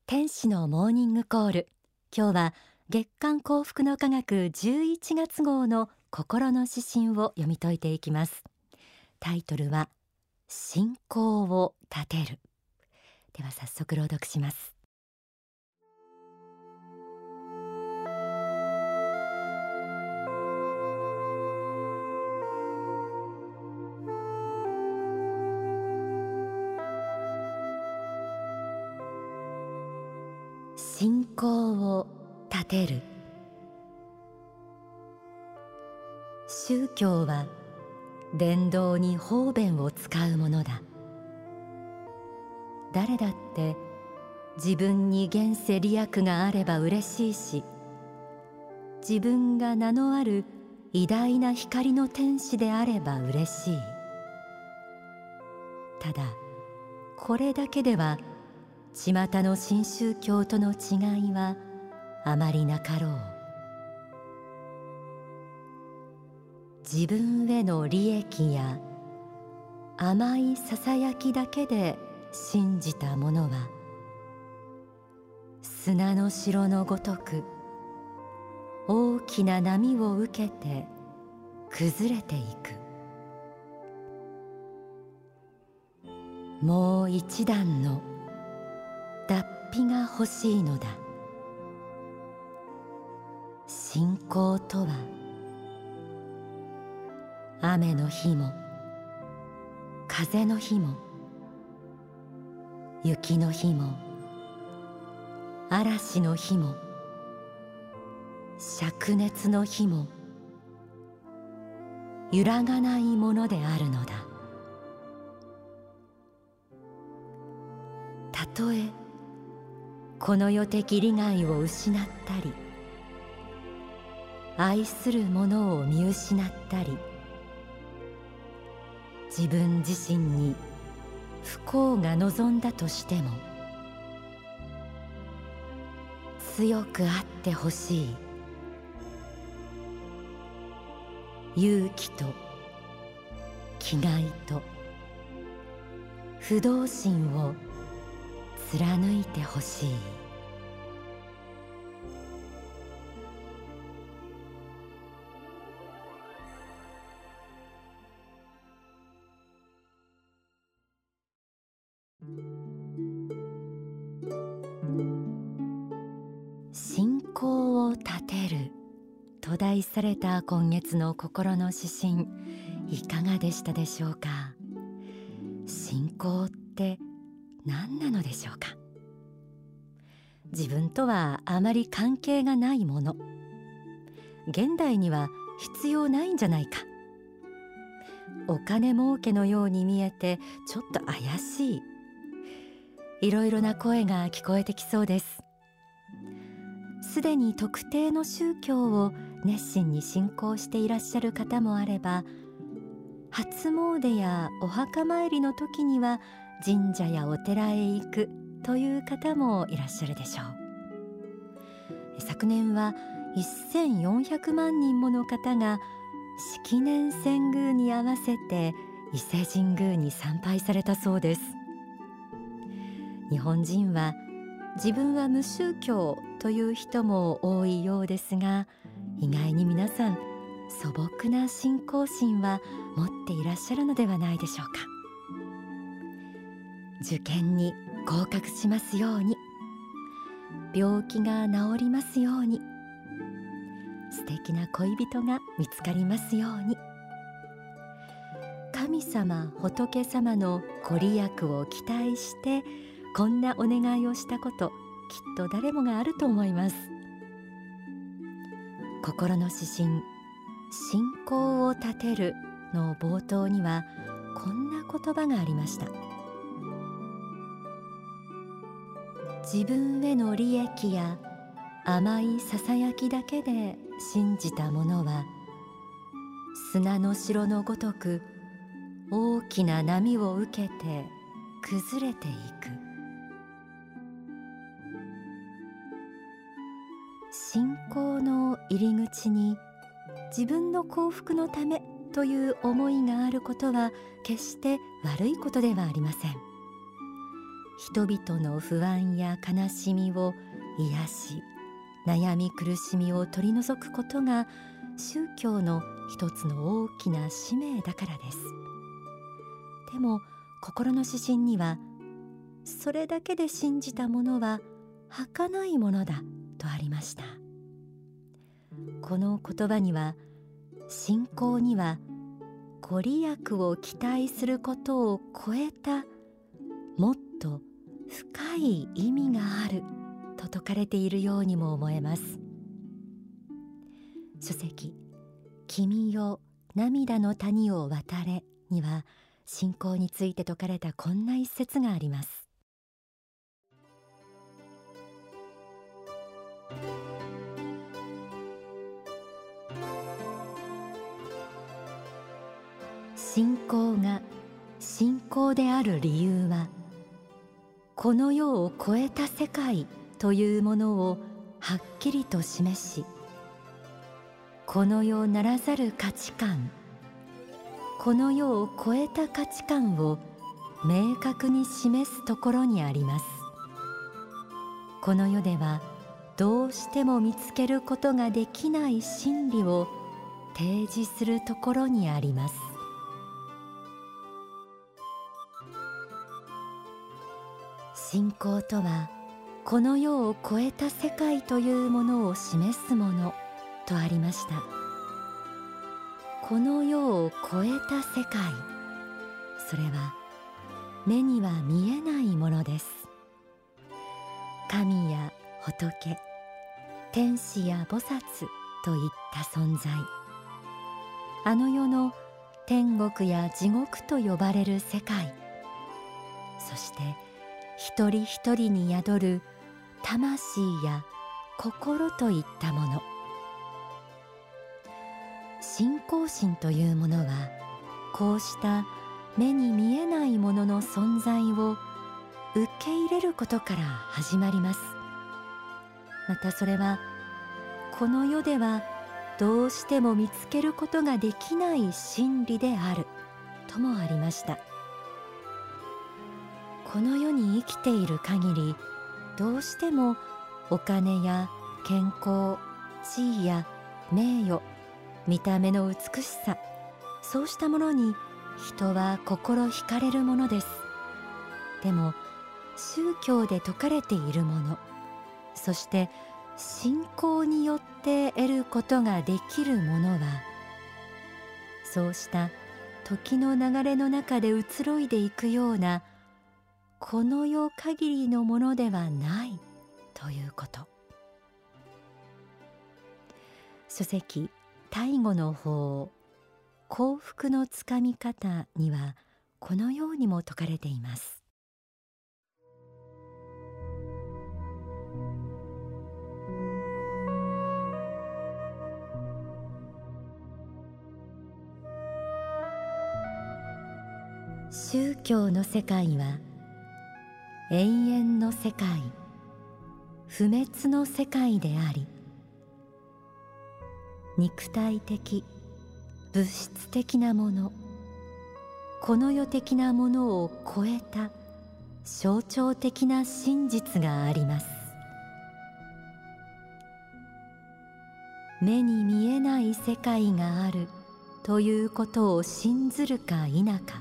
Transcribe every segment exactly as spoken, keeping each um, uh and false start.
天使のモーニングコール。今日は月刊幸福の科学じゅういちがつ号の心の指針を読み解いていきます。タイトルは信仰を立てる。では早速朗読します。信仰を立てる。宗教は伝道に方便を使うものだ。誰だって自分に現世利益があれば嬉しいし、自分が名のある偉大な光の天使であれば嬉しい。ただこれだけでは巷の新宗教との違いはあまりなかろう。自分への利益や甘いささやきだけで信じた者は砂の城のごとく大きな波を受けて崩れていく。もう一段の脱皮が欲しいのだ。信仰とは雨の日も風の日も雪の日も嵐の日も灼熱の日も揺らがないものであるのだ。たとえこの世的利害を失ったり、愛する者を見失ったり、自分自身に不幸が望んだとしても、強くあってほしい。勇気と気概と不動心を貫いてほしい。信仰を立てると題された今月の心の指針、いかがでしたでしょうか。信仰って何なのでしょうか。自分とはあまり関係がないもの、現代には必要ないんじゃないか、お金儲けのように見えてちょっと怪しい、いろいろな声が聞こえてきそうです。すでに特定の宗教を熱心に信仰していらっしゃる方もあれば、初詣やお墓参りの時には神社やお寺へ行くという方もいらっしゃるでしょう。昨年はせんよんひゃくまんにんもの方が式年遷宮に合わせて伊勢神宮に参拝されたそうです。日本人は自分は無宗教という人も多いようですが、意外に皆さん素朴な信仰心は持っていらっしゃるのではないでしょうか。受験に合格しますように、病気が治りますように、素敵な恋人が見つかりますように、神様仏様のご利益を期待してこんなお願いをしたこと、きっと誰もがあると思います。心の指針、信仰を立てるの冒頭にはこんな言葉がありました。自分への利益や甘いささやきだけで信じた者は砂の城のごとく大きな波を受けて崩れていく。信仰の入り口に自分の幸福のためという思いがあることは決して悪いことではありません。 人々の不安や悲しみを癒し、悩み苦しみを取り除くことが宗教の一つの大きな使命だからです。でも心の指針には、それだけで信じたものは儚いものだとありました。この言葉には、信仰にはご利益を期待することを超えたもっと深い意味があると説かれているようにも思えます。書籍君よ涙の谷を渡れには、信仰について説かれたこんな一節があります。信仰が信仰である理由は、この世を超えた世界というものをはっきりと示し、この世ならざる価値観、この世を超えた価値観を明確に示すところにあります。この世ではどうしても見つけることができない真理を提示するところにあります。信仰とは、この世を超えた世界というものを示すものとありました。この世を超えた世界、それは目には見えないものです。神や仏、天使や菩薩といった存在、あの世の天国や地獄と呼ばれる世界、そして一人一人に宿る魂や心といったもの。信仰心というものは、こうした目に見えないものの存在を受け入れることから始まります。またそれは、この世ではどうしても見つけることができない真理であるともありました。この世に生きている限り、どうしてもお金や健康、地位や名誉、見た目の美しさ、そうしたものに人は心惹かれるものです。でも宗教で説かれているもの、そして信仰によって得ることができるものは、そうした時の流れの中で移ろいでいくようなこの世限りのものではないということ。書籍大悟の法、幸福のつかみ方には、このようにも説かれています。宗教の世界は永遠の世界、不滅の世界であり、肉体的、物質的なもの、この世的なものを超えた象徴的な真実があります。目に見えない世界があるということを信ずるか否か、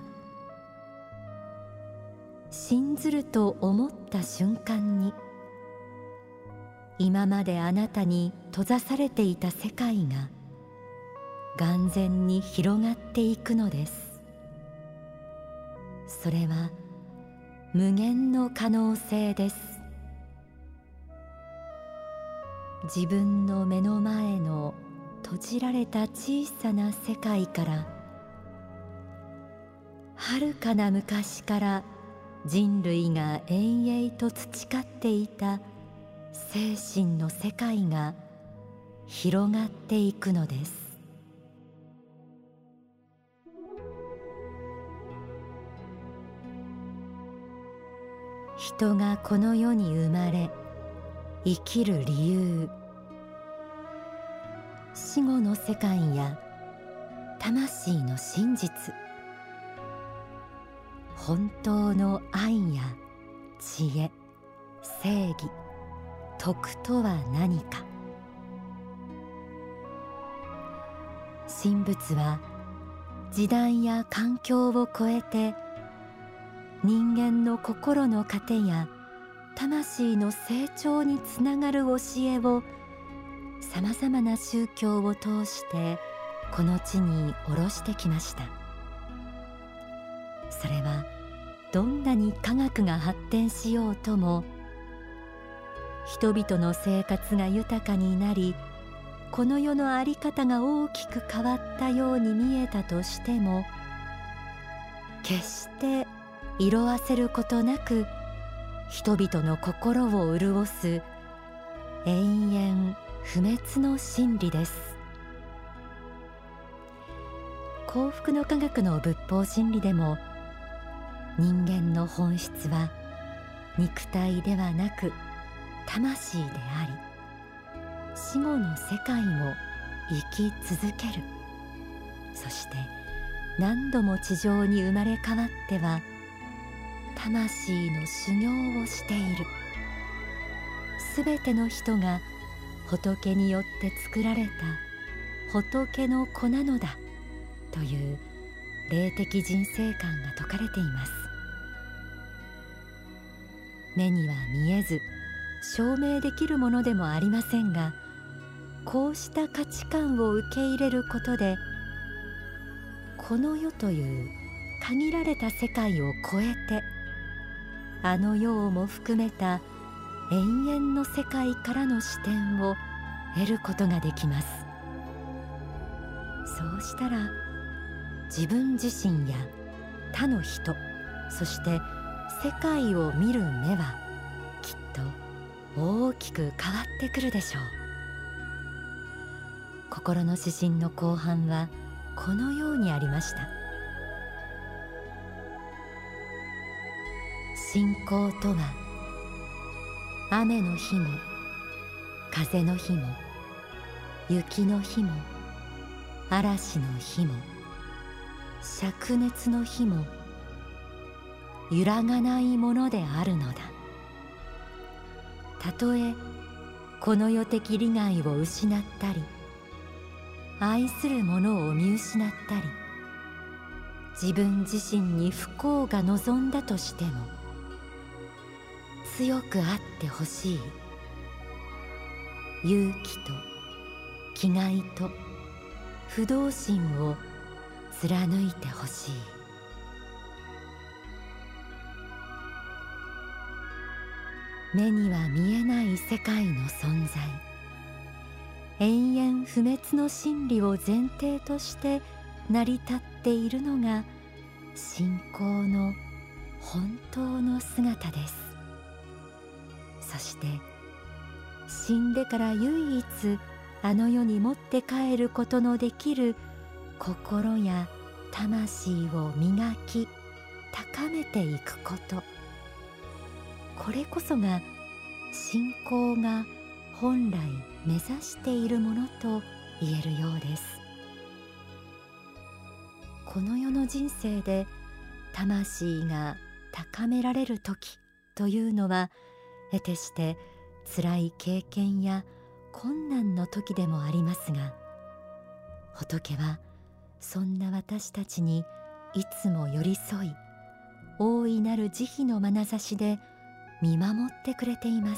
信ずると思った瞬間に、今まであなたに閉ざされていた世界が眼前に広がっていくのです。それは無限の可能性です。自分の目の前の閉じられた小さな世界から、遥かな昔から人類が永遠と培っていた精神の世界が広がっていくのです。人がこの世に生まれ生きる理由、死後の世界や魂の真実、本当の愛や知恵、正義、徳とは何か。神仏は時代や環境を超えて人間の心の糧や魂の成長につながる教えをさまざまな宗教を通してこの地に下ろしてきました。それはどんなに科学が発展しようとも、人々の生活が豊かになり、この世の在り方が大きく変わったように見えたとしても、決して色あせることなく人々の心を潤す永遠不滅の真理です。幸福の科学の仏法真理でも、人間の本質は肉体ではなく魂であり、死後の世界も生き続ける。そして何度も地上に生まれ変わっては魂の修行をしている。すべての人が仏によって作られた仏の子なのだという霊的人生観が説かれています。目には見えず証明できるものでもありませんが、こうした価値観を受け入れることで、この世という限られた世界を超えて、あの世をも含めた永遠の世界からの視点を得ることができます。そうしたら、自分自身や他の人、そして世界を見る目はきっと大きく変わってくるでしょう。心の指針の後半はこのようにありました。信仰とは、雨の日も風の日も雪の日も嵐の日も灼熱の日も揺らがないものであるのだ。たとえこの世的利害を失ったり、愛するものを見失ったり、自分自身に不幸が望んだとしても、強くあってほしい。勇気と気概と不動心を貫いてほしい。目には見えない世界の存在、永遠不滅の真理を前提として成り立っているのが信仰の本当の姿です。そして死んでから唯一あの世に持って帰ることのできる心や魂を磨き高めていくこと、これこそが信仰が本来目指しているものと言えるようです。この世の人生で魂が高められる時というのは、得てして辛い経験や困難の時でもありますが、仏はそんな私たちにいつも寄り添い、大いなる慈悲の眼差しで見守ってくれています。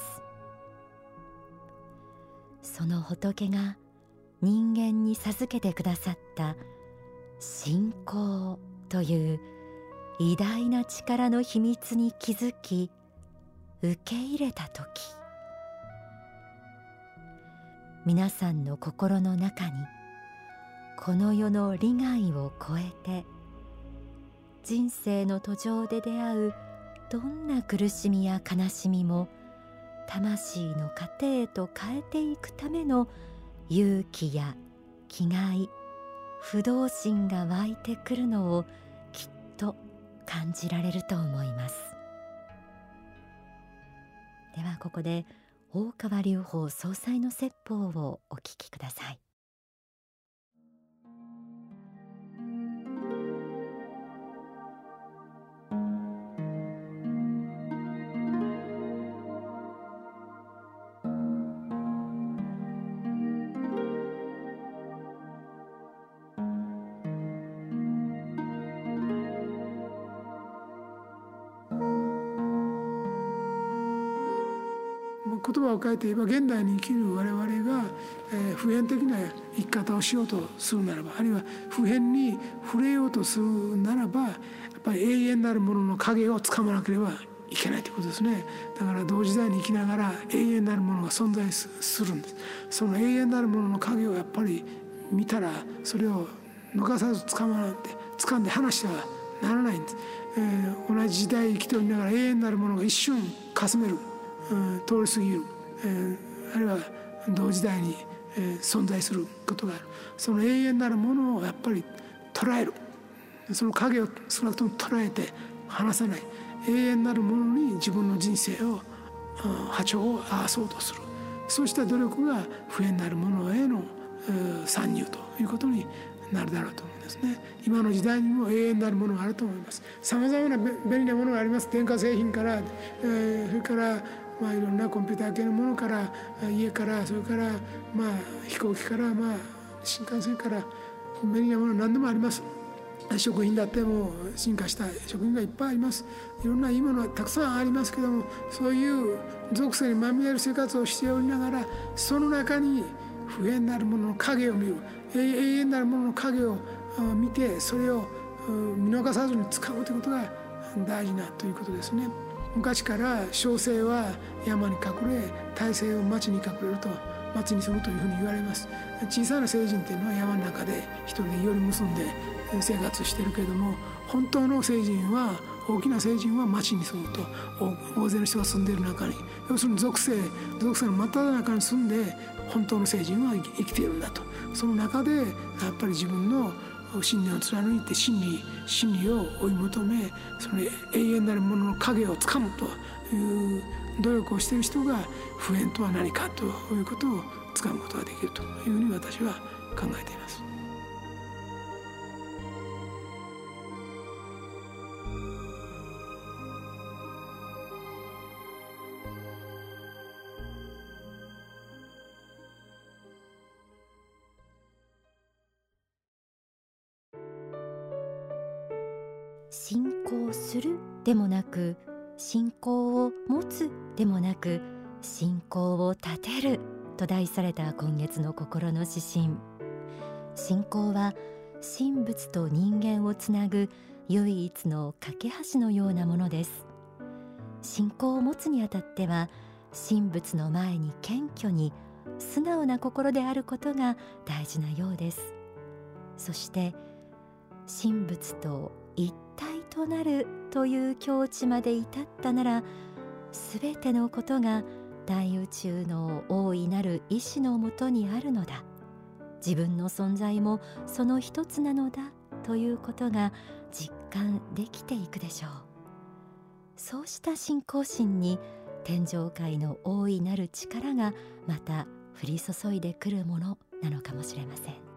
その仏が人間に授けてくださった信仰という偉大な力の秘密に気づき受け入れたとき、皆さんの心の中にこの世の利害を超えて、人生の途上で出会うどんな苦しみや悲しみも魂の糧へと変えていくための勇気や気概、不動心が湧いてくるのをきっと感じられると思います。ではここで大川隆法総裁の説法をお聞きください。 言葉を変えて言えば現代に生きる我々が、えー、普遍的な生き方をしようとするならば、あるいは普遍に触れようとするならば、やっぱり永遠なるものの影をつかまなければいけないということですね。だから同時代に生きながら永遠なるものが存在するんです。その永遠なるものの影をやっぱり見たら、それを逃さずつかまなんて掴んで離してはならないんです。えー、同じ時代生きておりながら永遠なるものが一瞬かすめる、うん、通り過ぎる、えー、あるいは同時代に、えー、存在することがある。その永遠なるものをやっぱり捉える、その影を少なくとも捉えて離さない、永遠なるものに自分の人生を波長を合わそうとする、そうした努力が不変なるものへの参入ということになるだろうと思うんですね。今の時代にも永遠なるものがあると思います。さまざまな便利なものがあります。電化製品から、えー、それからまあいろんなコンピューター系のものから、家から、それからまあ飛行機から、まあ新幹線から、便利なものは何でもあります。食品だっても進化した食品がいっぱいあります。いろんないいものはたくさんありますけども、そういう属性にまみれる生活をしておりながら、その中に不変なるものの影を見る、永遠なるものの影を見て、それを見逃さずに使うということが大事なということですね。昔から小生は山に隠れ、大生は町に隠れると、町に住むというふうに言われます。小さな聖人というのは山の中で一人でより結んで生活しているけれども、本当の聖人は、大きな聖人は町に住むと、大勢の人が住んでいる中に、要するに属性属性の真っ只中に住んで本当の聖人は生きているんだと。その中でやっぱり自分の信念を貫いて真理真理を追い求め、その永遠なるものの影をつかむという努力をしている人が不変とは何かということをつかむことができるというふうに私は考えています。 信仰するでもなく、信仰を持つでもなく、信仰を立てると題された今月の心の指針。信仰は神仏と人間をつなぐ唯一の架け橋のようなものです。信仰を持つにあたっては、神仏の前に謙虚に素直な心であることが大事なようです。そして神仏と一体となるという境地まで至ったなら、すべてのことが大宇宙の大いなる意志のもとにあるのだ、自分の存在もその一つなのだということが実感できていくでしょう。そうした信仰心に天上界の大いなる力がまた降り注いでくるものなのかもしれません。